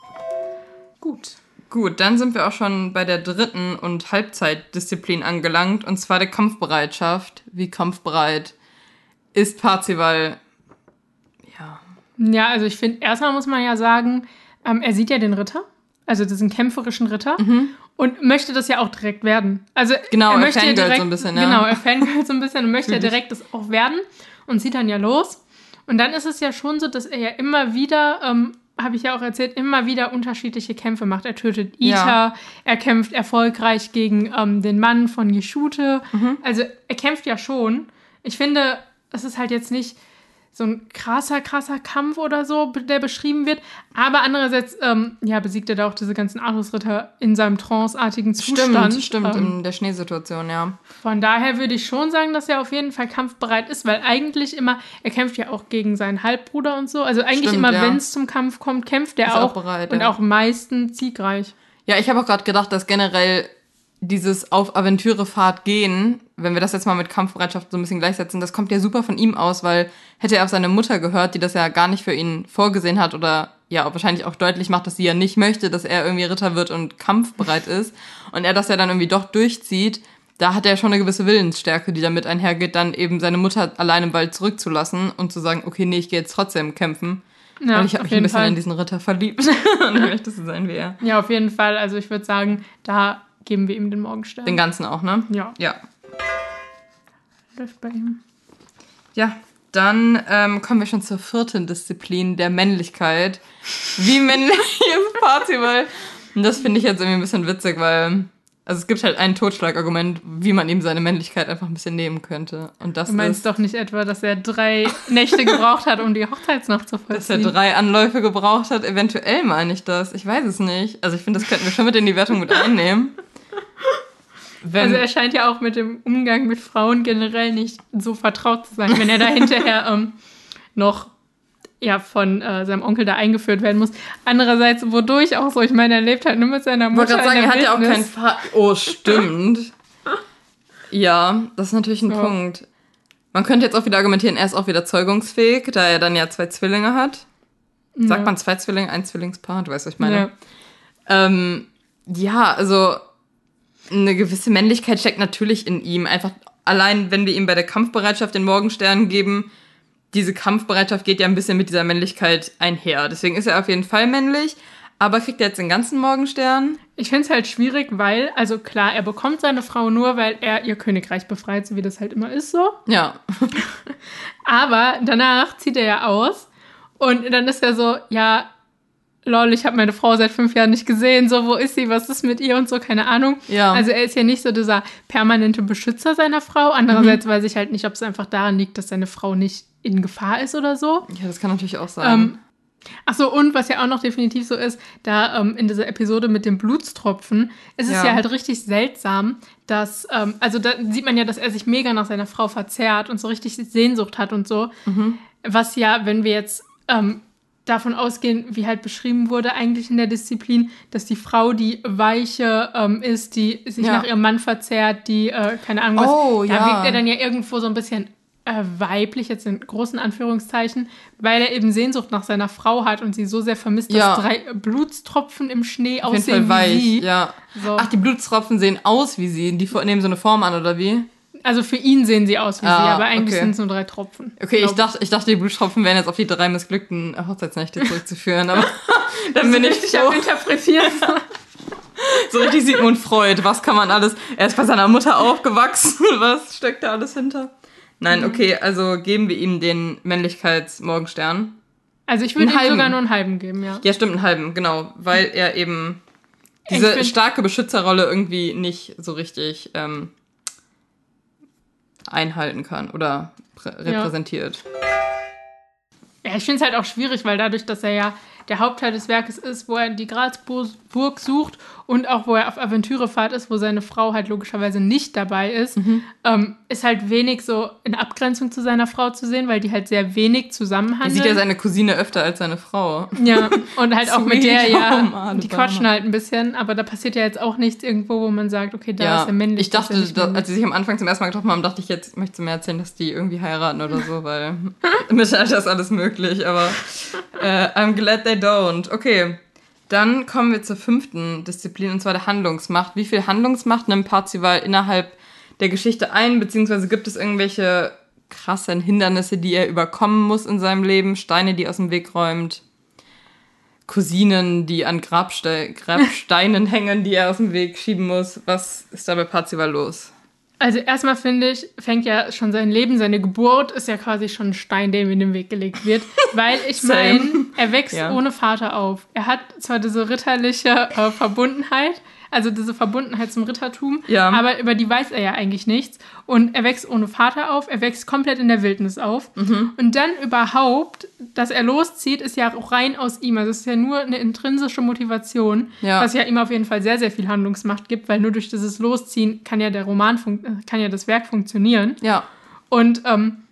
Speaker 2: Gut,
Speaker 1: dann sind wir auch schon bei der dritten und Halbzeitdisziplin angelangt, und zwar der Kampfbereitschaft. Wie kampfbereit ist Parzival?
Speaker 2: Ja, also ich finde, erstmal muss man ja sagen, er sieht ja den Ritter, also diesen kämpferischen Ritter, und möchte das ja auch direkt werden. Also
Speaker 1: genau,
Speaker 2: er möchte
Speaker 1: fangirlt
Speaker 2: ja direkt,
Speaker 1: so ein bisschen, ja.
Speaker 2: Genau, er fangirlt so ein bisschen und möchte ja direkt das auch werden und zieht dann ja los. Und dann ist es ja schon so, dass er ja immer wieder, habe ich ja auch erzählt, immer wieder unterschiedliche Kämpfe macht. Er tötet Ita, er kämpft erfolgreich gegen den Mann von Yeshute. Also er kämpft ja schon. Ich finde, es ist halt jetzt nicht so ein krasser Kampf oder so, der beschrieben wird. Aber andererseits, besiegt er da auch diese ganzen Artusritter in seinem tranceartigen Zustand.
Speaker 1: Stimmt, in der Schneesituation, ja.
Speaker 2: Von daher würde ich schon sagen, dass er auf jeden Fall kampfbereit ist, weil eigentlich immer, er kämpft ja auch gegen seinen Halbbruder und so. Also eigentlich immer, wenn es zum Kampf kommt, kämpft er auch bereit, und auch meistens siegreich.
Speaker 1: Ja, ich habe auch gerade gedacht, dass generell dieses auf Aventürefahrt gehen, wenn wir das jetzt mal mit Kampfbereitschaft so ein bisschen gleichsetzen, das kommt ja super von ihm aus, weil hätte er auf seine Mutter gehört, die das ja gar nicht für ihn vorgesehen hat oder ja wahrscheinlich auch deutlich macht, dass sie ja nicht möchte, dass er irgendwie Ritter wird und kampfbereit ist und er das ja dann irgendwie doch durchzieht, da hat er schon eine gewisse Willensstärke, die damit einhergeht, dann eben seine Mutter allein im Wald zurückzulassen und zu sagen, okay, nee, ich gehe jetzt trotzdem kämpfen. Ja, weil ich habe mich ein bisschen in diesen Ritter verliebt und ich möchte so sein wie er.
Speaker 2: Ja, auf jeden Fall. Also ich würde sagen, da geben wir ihm den Morgenstern.
Speaker 1: Den ganzen auch, ne?
Speaker 2: Ja.
Speaker 1: Läuft bei ihm. Ja, dann kommen wir schon zur vierten Disziplin, der Männlichkeit. Wie männlich ist Parzival? Und das finde ich jetzt irgendwie ein bisschen witzig, weil es gibt halt ein Totschlagargument, wie man ihm seine Männlichkeit einfach ein bisschen nehmen könnte. Und das
Speaker 2: du meinst doch nicht etwa, dass er 3 Nächte gebraucht hat, um die Hochzeitsnacht zu vollziehen?
Speaker 1: Dass er 3 Anläufe gebraucht hat? Eventuell meine ich das. Ich weiß es nicht. Also ich finde, das könnten wir schon mit in die Wertung mit einnehmen.
Speaker 2: Also er scheint ja auch mit dem Umgang mit Frauen generell nicht so vertraut zu sein, wenn er da hinterher noch von seinem Onkel da eingeführt werden muss. Andererseits, wodurch auch so? Ich meine, er lebt halt nur mit seiner Mutter.
Speaker 1: Ich wollte gerade sagen, er hat ja auch keinen Vater. Oh, stimmt. Ja, das ist natürlich ein Punkt. Man könnte jetzt auch wieder argumentieren, er ist auch wieder zeugungsfähig, da er dann ja 2 Zwillinge hat. Sagt man 2 Zwillinge, ein Zwillingspaar? Du weißt, was ich meine. Ja, also eine gewisse Männlichkeit steckt natürlich in ihm. Einfach allein, wenn wir ihm bei der Kampfbereitschaft den Morgenstern geben, diese Kampfbereitschaft geht ja ein bisschen mit dieser Männlichkeit einher. Deswegen ist er auf jeden Fall männlich. Aber kriegt er jetzt den ganzen Morgenstern?
Speaker 2: Ich finde es halt schwierig, weil, also klar, er bekommt seine Frau nur, weil er ihr Königreich befreit, so wie das halt immer ist so.
Speaker 1: Ja.
Speaker 2: Aber danach zieht er ja aus und dann ist er so, ja, lol, ich habe meine Frau seit 5 Jahren nicht gesehen, so, wo ist sie, was ist mit ihr und so, keine Ahnung.
Speaker 1: Ja.
Speaker 2: Also er ist ja nicht so dieser permanente Beschützer seiner Frau. Andererseits weiß ich halt nicht, ob es einfach daran liegt, dass seine Frau nicht in Gefahr ist oder so.
Speaker 1: Ja, das kann natürlich auch sein.
Speaker 2: Achso, und was ja auch noch definitiv so ist, da in dieser Episode mit dem Blutstropfen, ist es ja halt richtig seltsam, dass, also da sieht man ja, dass er sich mega nach seiner Frau verzehrt und so richtig Sehnsucht hat und so. Was ja, wenn wir jetzt davon ausgehen, wie halt beschrieben wurde eigentlich in der Disziplin, dass die Frau die Weiche ist, die sich nach ihrem Mann verzehrt, die, keine Ahnung was, da wirkt er dann ja irgendwo so ein bisschen weiblich, jetzt in großen Anführungszeichen, weil er eben Sehnsucht nach seiner Frau hat und sie so sehr vermisst, dass 3 Blutstropfen im Schnee
Speaker 1: auf
Speaker 2: aussehen wie sie.
Speaker 1: Ja. So. Ach, die Blutstropfen sehen aus wie sie, die nehmen so eine Form an, oder wie?
Speaker 2: Also für ihn sehen sie aus wie sie, aber eigentlich sind es nur 3 Tropfen.
Speaker 1: Okay, ich dachte, die Blutstropfen wären jetzt auf die 3 missglückten Hochzeitsnächte zurückzuführen, aber dann bin ich so
Speaker 2: interpretiert.
Speaker 1: So richtig Sigmund Freud, was kann man alles, er ist bei seiner Mutter aufgewachsen, was steckt da alles hinter? Nein, okay, also geben wir ihm den Männlichkeitsmorgenstern.
Speaker 2: Also ich würde ihm sogar nur einen halben geben, ja.
Speaker 1: Ja, stimmt, einen halben, genau, weil er eben diese starke Beschützerrolle irgendwie nicht so richtig einhalten kann oder repräsentiert.
Speaker 2: Ja, ich finde es halt auch schwierig, weil dadurch, dass er ja der Hauptteil des Werkes ist, wo er die Gralsburg sucht und auch wo er auf Aventürefahrt ist, wo seine Frau halt logischerweise nicht dabei ist, ist halt wenig so in Abgrenzung zu seiner Frau zu sehen, weil die halt sehr wenig
Speaker 1: Er
Speaker 2: zusammenhandeln.
Speaker 1: sieht ja seine Cousine öfter als seine Frau.
Speaker 2: Ja, und halt auch mit der
Speaker 1: Sweet
Speaker 2: die quatschen halt ein bisschen, aber da passiert ja jetzt auch nichts irgendwo, wo man sagt, okay, da ist er männlich.
Speaker 1: Ich dachte, als sie sich am Anfang zum ersten Mal getroffen haben, dachte ich, jetzt möchtest du mir erzählen, dass die irgendwie heiraten oder so, weil im Mittelalter ist alles möglich, aber I'm glad they don't. Okay, dann kommen wir zur 5. Disziplin, und zwar der Handlungsmacht. Wie viel Handlungsmacht nimmt Parzival innerhalb der Geschichte ein, beziehungsweise gibt es irgendwelche krassen Hindernisse, die er überkommen muss in seinem Leben, Steine, die er aus dem Weg räumt, Cousinen, die an Grabsteinen hängen, die er aus dem Weg schieben muss. Was ist da bei Parzival los?
Speaker 2: Also erstmal finde ich, fängt ja schon sein Leben, seine Geburt ist ja quasi schon ein Stein, der ihm in den Weg gelegt wird. Weil ich meine, er wächst ohne Vater auf. Er hat zwar diese ritterliche Verbundenheit, also diese Verbundenheit zum Rittertum, aber über die weiß er ja eigentlich nichts. Und er wächst ohne Vater auf, er wächst komplett in der Wildnis auf. Und dann überhaupt, dass er loszieht, ist ja auch rein aus ihm. Also es ist ja nur eine intrinsische Motivation, was ja ihm auf jeden Fall sehr, sehr viel Handlungsmacht gibt, weil nur durch dieses Losziehen kann ja der kann ja das Werk funktionieren.
Speaker 1: Ja.
Speaker 2: Und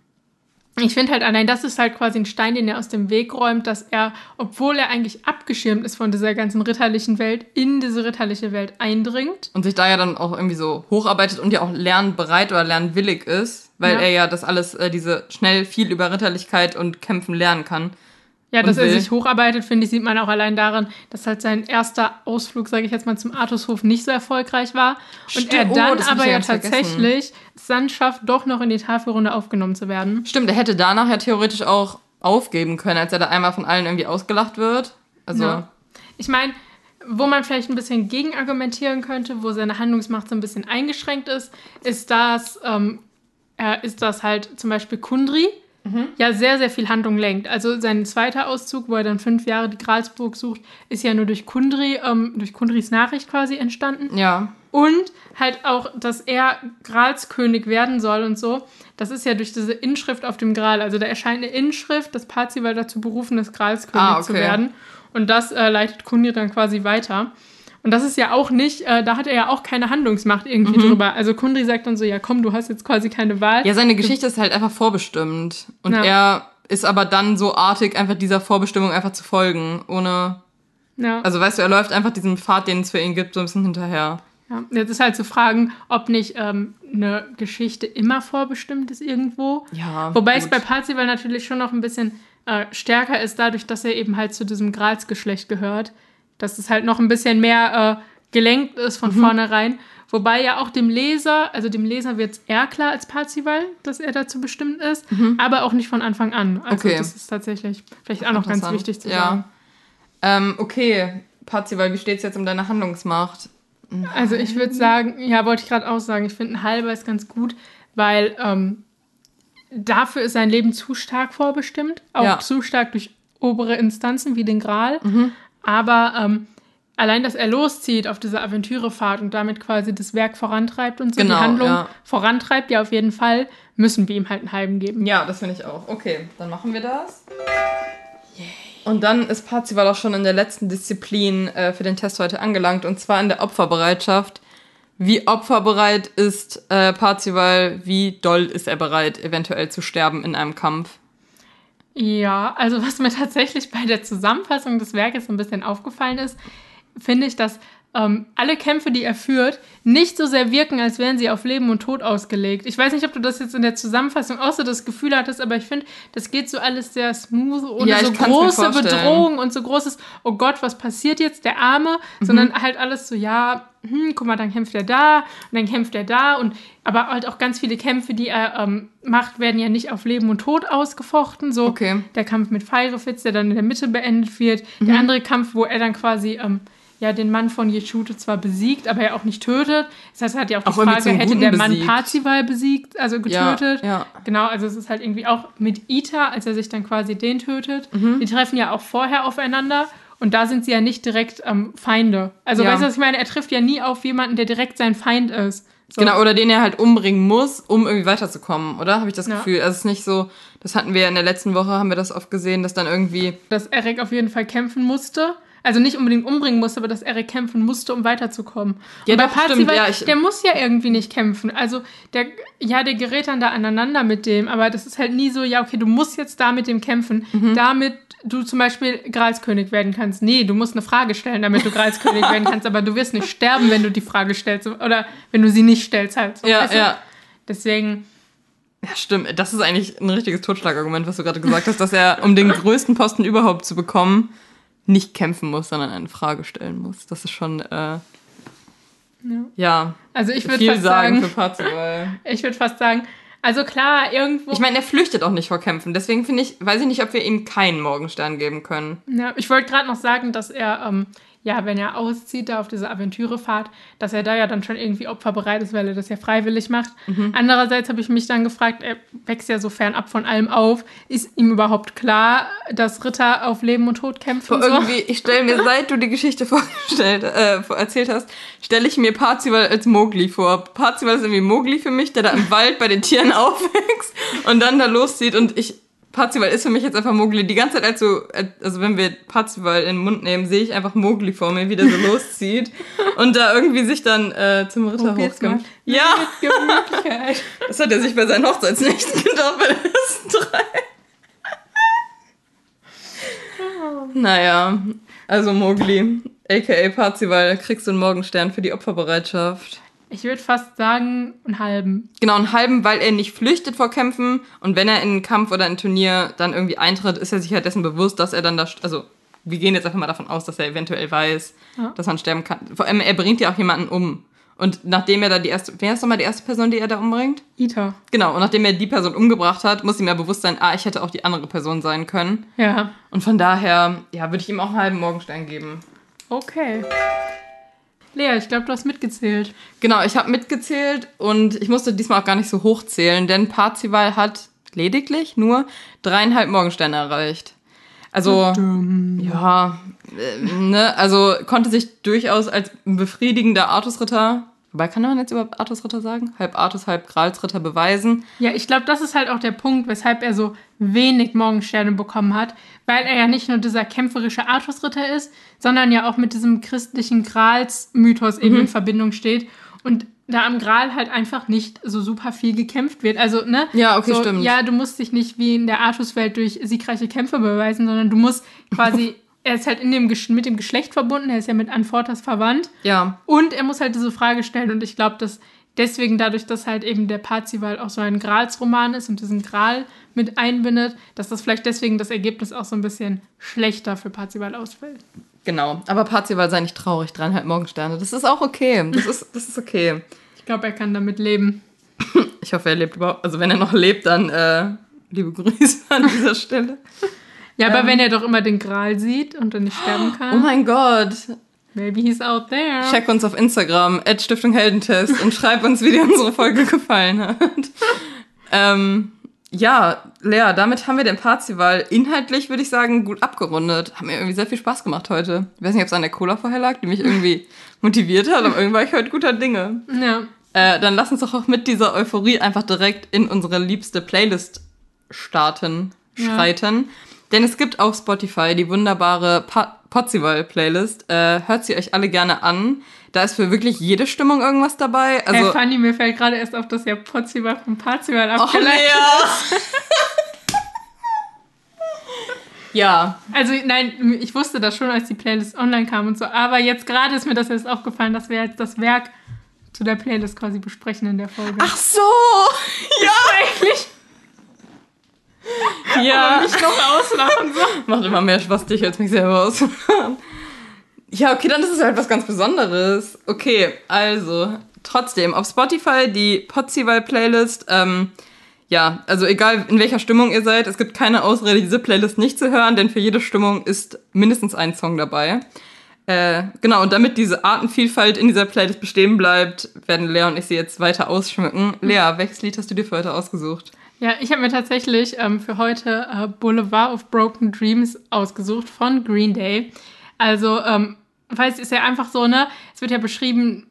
Speaker 2: ich finde halt allein, das ist halt quasi ein Stein, den er aus dem Weg räumt, dass er, obwohl er eigentlich abgeschirmt ist von dieser ganzen ritterlichen Welt, in diese ritterliche Welt eindringt.
Speaker 1: Und sich da ja dann auch irgendwie so hocharbeitet und ja auch lernbereit oder lernwillig ist, weil er ja das alles, diese schnell viel über Ritterlichkeit und Kämpfen lernen kann.
Speaker 2: Ja, dass er sich hocharbeitet, finde ich, sieht man auch allein daran, dass halt sein erster Ausflug, sage ich jetzt mal, zum Artushof nicht so erfolgreich war. Und er dann aber ja tatsächlich es dann schafft, doch noch in die Tafelrunde aufgenommen zu werden.
Speaker 1: Stimmt, er hätte danach ja theoretisch auch aufgeben können, als er da einmal von allen irgendwie ausgelacht wird. Also
Speaker 2: ja. Ich meine, wo man vielleicht ein bisschen gegenargumentieren könnte, wo seine Handlungsmacht so ein bisschen eingeschränkt ist, ist das halt zum Beispiel Kundry, ja sehr, sehr viel Handlung lenkt. Also sein zweiter Auszug, wo er dann 5 Jahre die Gralsburg sucht, ist ja nur durch Kundrys Nachricht quasi entstanden.
Speaker 1: Ja.
Speaker 2: Und halt auch, dass er Gralskönig werden soll und so. Das ist ja durch diese Inschrift auf dem Gral. Also da erscheint eine Inschrift, dass Parzival dazu berufen ist, Gralskönig zu werden. Und das leitet Kundry dann quasi weiter. Und das ist ja auch nicht, da hat er ja auch keine Handlungsmacht irgendwie drüber. Also Kundry sagt dann so, ja komm, du hast jetzt quasi keine Wahl.
Speaker 1: Ja, seine Geschichte ist halt einfach vorbestimmt. Und er ist aber dann so artig, einfach dieser Vorbestimmung einfach zu folgen, ohne... Ja. Also weißt du, er läuft einfach diesem Pfad, den es für ihn gibt, so ein bisschen hinterher.
Speaker 2: Ja, jetzt ist halt zu fragen, ob nicht eine Geschichte immer vorbestimmt ist irgendwo.
Speaker 1: Ja,
Speaker 2: wobei es bei Parzival natürlich schon noch ein bisschen stärker ist, dadurch, dass er eben halt zu diesem Gralsgeschlecht gehört. Dass es halt noch ein bisschen mehr gelenkt ist von vornherein. Wobei ja auch dem Leser wird es eher klar als Parzival, dass er dazu bestimmt ist, aber auch nicht von Anfang an. Also das ist tatsächlich vielleicht auch noch ganz wichtig zu sagen.
Speaker 1: Okay, Parzival, wie steht es jetzt um deine Handlungsmacht?
Speaker 2: Also ich würde sagen, ja, wollte ich gerade auch sagen, ich finde, ein halber ist ganz gut, weil dafür ist sein Leben zu stark vorbestimmt, auch zu stark durch obere Instanzen wie den Gral. Aber allein, dass er loszieht auf diese Aventürefahrt und damit quasi das Werk vorantreibt und so die Handlung vorantreibt, ja auf jeden Fall, müssen wir ihm halt einen halben geben.
Speaker 1: Ja, das finde ich auch. Okay, dann machen wir das. Yay. Und dann ist Parzival auch schon in der letzten Disziplin für den Test heute angelangt, und zwar in der Opferbereitschaft. Wie opferbereit ist Parzival? Wie doll ist er bereit, eventuell zu sterben in einem Kampf?
Speaker 2: Ja, also was mir tatsächlich bei der Zusammenfassung des Werkes so ein bisschen aufgefallen ist, finde ich, dass alle Kämpfe, die er führt, nicht so sehr wirken, als wären sie auf Leben und Tod ausgelegt. Ich weiß nicht, ob du das jetzt in der Zusammenfassung auch so das Gefühl hattest, aber ich finde, das geht so alles sehr smooth, ohne so große Bedrohung und so großes, oh Gott, was passiert jetzt, der Arme, sondern halt alles so, guck mal, dann kämpft er da und dann kämpft er da, aber halt auch ganz viele Kämpfe, die er macht, werden ja nicht auf Leben und Tod ausgefochten, so der Kampf mit Firefitz, der dann in der Mitte beendet wird, der andere Kampf, wo er dann quasi den Mann von Yeshute zwar besiegt, aber er auch nicht tötet. Das heißt, er hat ja auch die Frage, hätte der Mann Parzival besiegt, also getötet? Ja. Genau, also es ist halt irgendwie auch mit Ita, als er sich dann quasi den tötet. Die treffen ja auch vorher aufeinander und da sind sie ja nicht direkt Feinde. Also weißt du, was ich meine? Er trifft ja nie auf jemanden, der direkt sein Feind ist. So.
Speaker 1: Genau, oder den er halt umbringen muss, um irgendwie weiterzukommen, oder? Habe ich das Gefühl. Also es ist nicht so, das hatten wir in der letzten Woche, haben wir das oft gesehen, dass dann irgendwie...
Speaker 2: Dass Eric auf jeden Fall kämpfen musste. Also nicht unbedingt umbringen musste, aber dass Eric kämpfen musste, um weiterzukommen.
Speaker 1: Ja,
Speaker 2: und bei
Speaker 1: doch,
Speaker 2: Parzival,
Speaker 1: stimmt, ja,
Speaker 2: der muss ja irgendwie nicht kämpfen. Also der gerät dann da aneinander mit dem, aber das ist halt nie so, ja, okay, du musst jetzt da mit dem kämpfen, damit du zum Beispiel Gralskönig werden kannst. Nee, du musst eine Frage stellen, damit du Gralskönig werden kannst, aber du wirst nicht sterben, wenn du die Frage stellst oder wenn du sie nicht stellst halt. So,
Speaker 1: Ja,
Speaker 2: weißt du?
Speaker 1: ja.
Speaker 2: Deswegen...
Speaker 1: Ja, stimmt. Das ist eigentlich ein richtiges Totschlagargument, was du gerade gesagt hast, dass er, um den größten Posten überhaupt zu bekommen, nicht kämpfen muss, sondern eine Frage stellen muss. Das ist schon, ja,
Speaker 2: also ich würde
Speaker 1: viel
Speaker 2: fast
Speaker 1: sagen
Speaker 2: sagen,
Speaker 1: für Parzival.
Speaker 2: ich würde fast sagen, also klar, irgendwo...
Speaker 1: Ich meine, er flüchtet auch nicht vor Kämpfen. Deswegen weiß ich nicht, ob wir ihm keinen Morgenstern geben können.
Speaker 2: Ja, ich wollte gerade noch sagen, dass er, wenn er auszieht, da auf diese Aventürefahrt, dass er da ja dann schon irgendwie opferbereit ist, weil er das ja freiwillig macht. Andererseits habe ich mich dann gefragt, er wächst ja so fernab von allem auf. Ist ihm überhaupt klar, dass Ritter auf Leben und Tod kämpfen?
Speaker 1: Irgendwie, ich stelle mir, seit du die Geschichte erzählt hast, stelle ich mir Parzival als Mowgli vor. Parzival ist irgendwie Mowgli für mich, der da im Wald bei den Tieren aufwächst und dann da loszieht und Parzival ist für mich jetzt einfach Mowgli. Die ganze Zeit, also wenn wir Parzival in den Mund nehmen, sehe ich einfach Mowgli vor mir, wie der so loszieht und da irgendwie sich dann zum Ritter hochkämpft. Ja,
Speaker 2: Gemütlichkeit.
Speaker 1: das hat er sich bei seinen Hochzeitsnächten gedacht, bei den ersten 3. Naja, also Mowgli, a.k.a. Parzival, kriegst du einen Morgenstern für die Opferbereitschaft.
Speaker 2: Ich würde fast sagen, einen halben.
Speaker 1: Genau, einen halben, weil er nicht flüchtet vor Kämpfen und wenn er in einen Kampf oder ein Turnier dann irgendwie eintritt, ist er sich halt dessen bewusst, dass er dann da, also wir gehen jetzt einfach mal davon aus, dass er eventuell weiß, dass man sterben kann. Vor allem, er bringt ja auch jemanden um. Und nachdem er da wer ist nochmal die erste Person, die er da umbringt?
Speaker 2: Ita.
Speaker 1: Genau, und nachdem er die Person umgebracht hat, muss ihm ja bewusst sein, ich hätte auch die andere Person sein können.
Speaker 2: Ja.
Speaker 1: Und von daher, ja, würde ich ihm auch einen halben Morgenstern geben.
Speaker 2: Okay. Lea, ich glaube, du hast mitgezählt.
Speaker 1: Genau, ich habe mitgezählt und ich musste diesmal auch gar nicht so hoch zählen, denn Parzival hat lediglich nur 3,5 Morgensterne erreicht. Also, also konnte sich durchaus als befriedigender Artusritter, wobei kann man jetzt überhaupt Artusritter sagen? Halb Artus, halb Gralsritter beweisen.
Speaker 2: Ja, ich glaube, das ist halt auch der Punkt, weshalb er so wenig Morgensterne bekommen hat, weil er ja nicht nur dieser kämpferische Artusritter ist, sondern ja auch mit diesem christlichen Grals-Mythos eben in Verbindung steht und da am Gral halt einfach nicht so super viel gekämpft wird. Also, ne?
Speaker 1: Ja, okay,
Speaker 2: so,
Speaker 1: stimmt.
Speaker 2: Ja, du musst dich nicht wie in der Artus-Welt durch siegreiche Kämpfe beweisen, sondern du musst quasi, er ist halt mit dem Geschlecht verbunden, er ist ja mit Anfortas verwandt.
Speaker 1: Ja.
Speaker 2: Und er muss halt diese Frage stellen und ich glaube, dass deswegen dadurch, dass halt eben der Parzival auch so ein Gralsroman ist und diesen Gral mit einbindet, dass das vielleicht deswegen das Ergebnis auch so ein bisschen schlechter für Parzival ausfällt.
Speaker 1: Genau, aber Parzival sei nicht traurig, 3,5 Morgensterne. Das ist auch okay. Das ist okay.
Speaker 2: Ich glaube, er kann damit leben.
Speaker 1: Ich hoffe, er lebt überhaupt. Also wenn er noch lebt, dann liebe Grüße an dieser Stelle.
Speaker 2: Ja, aber wenn er doch immer den Gral sieht und dann nicht sterben kann.
Speaker 1: Oh mein Gott.
Speaker 2: Maybe he's out there.
Speaker 1: Check uns auf Instagram, @StiftungHeldentest und schreib uns, wie dir unsere Folge gefallen hat. Ja, Lea, damit haben wir den Parzival inhaltlich, würde ich sagen, gut abgerundet. Hat mir irgendwie sehr viel Spaß gemacht heute. Ich weiß nicht, ob es an der Cola vorher lag, die mich irgendwie motiviert hat, aber irgendwie war ich heute guter Dinge.
Speaker 2: Ja.
Speaker 1: Dann lass uns doch auch mit dieser Euphorie einfach direkt in unsere liebste Playlist schreiten. Denn es gibt auf Spotify die wunderbare Parzival-Playlist. Hört sie euch alle gerne an. Da ist für wirklich jede Stimmung irgendwas dabei. Also,
Speaker 2: Hey Fanny, mir fällt gerade erst auf, dass ja Parzival von Parzival abgeleitet ist.
Speaker 1: Ja.
Speaker 2: Also nein, ich wusste das schon, als die Playlist online kam und so. Aber jetzt gerade ist mir das erst aufgefallen, dass wir jetzt das Werk zu der Playlist quasi besprechen in der Folge.
Speaker 1: Ach so! Ja!
Speaker 2: eigentlich.
Speaker 1: Ja.
Speaker 2: Aber mich noch auslachen. So.
Speaker 1: Macht immer mehr Spaß, dich als mich selber auszulachen. Ja, okay, dann ist es halt was ganz Besonderes. Okay, also, trotzdem, auf Spotify die Parzival-Playlist, ja, also egal in welcher Stimmung ihr seid, es gibt keine Ausrede, diese Playlist nicht zu hören, denn für jede Stimmung ist mindestens ein Song dabei. Genau, und damit diese Artenvielfalt in dieser Playlist bestehen bleibt, werden Lea und ich sie jetzt weiter ausschmücken. Lea, welches Lied hast du dir für heute ausgesucht?
Speaker 2: Ja, ich habe mir tatsächlich für heute Boulevard of Broken Dreams ausgesucht von Green Day. Also, weil es ist ja einfach so, ne, es wird ja beschrieben,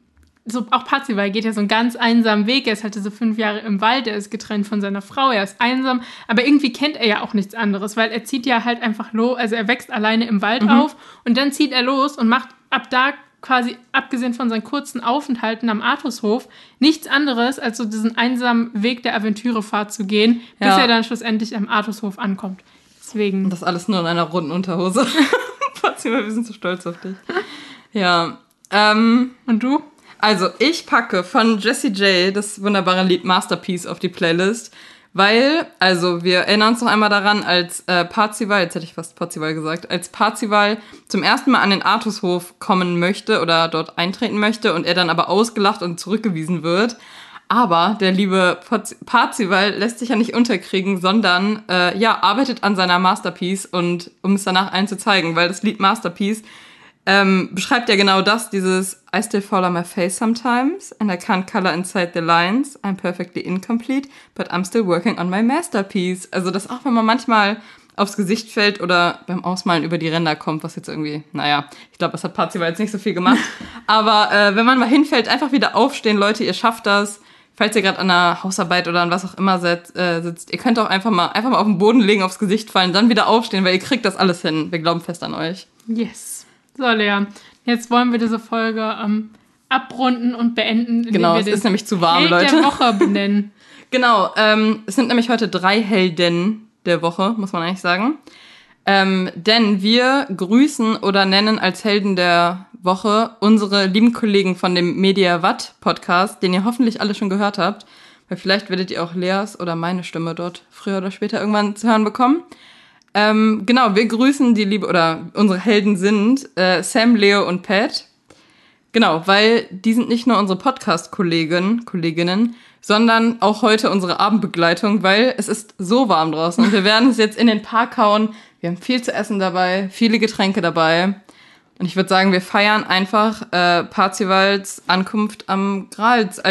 Speaker 2: so auch Parzival geht ja so einen ganz einsamen Weg. Er ist halt so 5 Jahre im Wald, er ist getrennt von seiner Frau, er ist einsam, aber irgendwie kennt er ja auch nichts anderes, weil er zieht ja halt einfach los, also er wächst alleine im Wald auf und dann zieht er los und macht ab da quasi, abgesehen von seinen kurzen Aufenthalten am Artushof, nichts anderes, als so diesen einsamen Weg der Aventürefahrt zu gehen, bis er dann schlussendlich am Artushof ankommt. Deswegen.
Speaker 1: Und das alles nur in einer runden Unterhose. Parzival, wir sind so stolz auf dich. Ja.
Speaker 2: Und du?
Speaker 1: Also, ich packe von Jessie J das wunderbare Lied Masterpiece auf die Playlist, weil, also, wir erinnern uns noch einmal daran, als Parzival, jetzt hätte ich fast Parzival gesagt, als Parzival zum ersten Mal an den Artushof kommen möchte oder dort eintreten möchte und er dann aber ausgelacht und zurückgewiesen wird. Aber der liebe Parzival lässt sich ja nicht unterkriegen, sondern arbeitet an seiner Masterpiece, und um es danach allen zu zeigen, weil das Lied Masterpiece beschreibt ja genau das, dieses I still fall on my face sometimes and I can't color inside the lines. I'm perfectly incomplete, but I'm still working on my masterpiece. Also das auch, wenn man manchmal aufs Gesicht fällt oder beim Ausmalen über die Ränder kommt, was jetzt irgendwie, ich glaube, das hat Parzival jetzt nicht so viel gemacht. Aber wenn man mal hinfällt, einfach wieder aufstehen, Leute, ihr schafft das. Falls ihr gerade an einer Hausarbeit oder an was auch immer sitzt, ihr könnt auch einfach mal auf den Boden legen, aufs Gesicht fallen, dann wieder aufstehen, weil ihr kriegt das alles hin. Wir glauben fest an euch.
Speaker 2: Yes. So, Lea, jetzt wollen wir diese Folge abrunden und beenden.
Speaker 1: Genau, es ist nämlich zu warm, Leute.
Speaker 2: Held der Woche benennen.
Speaker 1: Genau, es sind nämlich heute 3 Helden der Woche, muss man eigentlich sagen. Denn wir grüßen oder nennen als Helden der Woche unsere lieben Kollegen von dem Mediawatt-Podcast, den ihr hoffentlich alle schon gehört habt, weil vielleicht werdet ihr auch Leas oder meine Stimme dort früher oder später irgendwann zu hören bekommen. Genau, wir grüßen unsere Helden sind Sam, Leo und Pat. Genau, weil die sind nicht nur unsere Podcast-Kolleginnen, sondern auch heute unsere Abendbegleitung, weil es ist so warm draußen und wir werden es jetzt in den Park hauen. Wir haben viel zu essen dabei, viele Getränke dabei. Und ich würde sagen, wir feiern einfach Parzivals Ankunft am Grals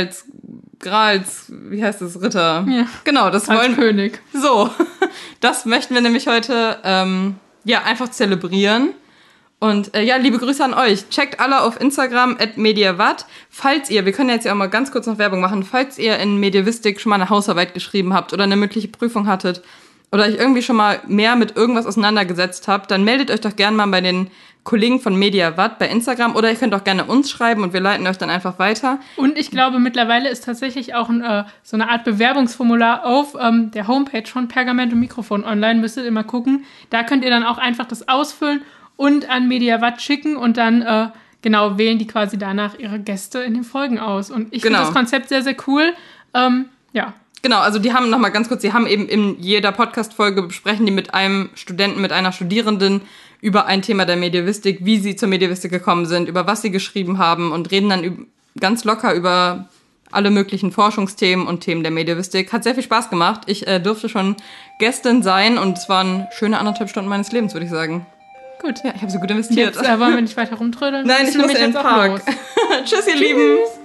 Speaker 1: wie heißt es, Ritter?
Speaker 2: Ja.
Speaker 1: Genau, das
Speaker 2: als
Speaker 1: wollen
Speaker 2: König.
Speaker 1: So, das möchten wir nämlich heute einfach zelebrieren. Und liebe Grüße an euch. Checkt alle auf Instagram @mediawatt. Falls ihr, wir können jetzt ja auch mal ganz kurz noch Werbung machen, falls ihr in Medievistik schon mal eine Hausarbeit geschrieben habt oder eine mündliche Prüfung hattet oder euch irgendwie schon mal mehr mit irgendwas auseinandergesetzt habt, dann meldet euch doch gerne mal bei den Kollegen von Mediawatt bei Instagram oder ihr könnt auch gerne uns schreiben und wir leiten euch dann einfach weiter.
Speaker 2: Und ich glaube, mittlerweile ist tatsächlich auch so eine Art Bewerbungsformular auf der Homepage von Pergament und Mikrofon online. Müsstet ihr mal gucken. Da könnt ihr dann auch einfach das ausfüllen und an Mediawatt schicken und dann wählen die quasi danach ihre Gäste in den Folgen aus. Und ich finde das Konzept sehr, sehr cool.
Speaker 1: Genau, also die haben nochmal ganz kurz, die haben eben in jeder Podcast-Folge besprechen die mit einem Studenten, mit einer Studierenden über ein Thema der Medievistik, wie sie zur Medievistik gekommen sind, über was sie geschrieben haben und reden dann ganz locker über alle möglichen Forschungsthemen und Themen der Medievistik. Hat sehr viel Spaß gemacht. Ich durfte schon Gästin sein und es waren schöne 1,5 Stunden meines Lebens, würde ich sagen.
Speaker 2: Gut.
Speaker 1: Ja, ich habe so gut investiert.
Speaker 2: Jetzt wollen wir nicht weiter rumtrödeln.
Speaker 1: Nein, ich muss in den Park. Tschüss, ihr Lieben.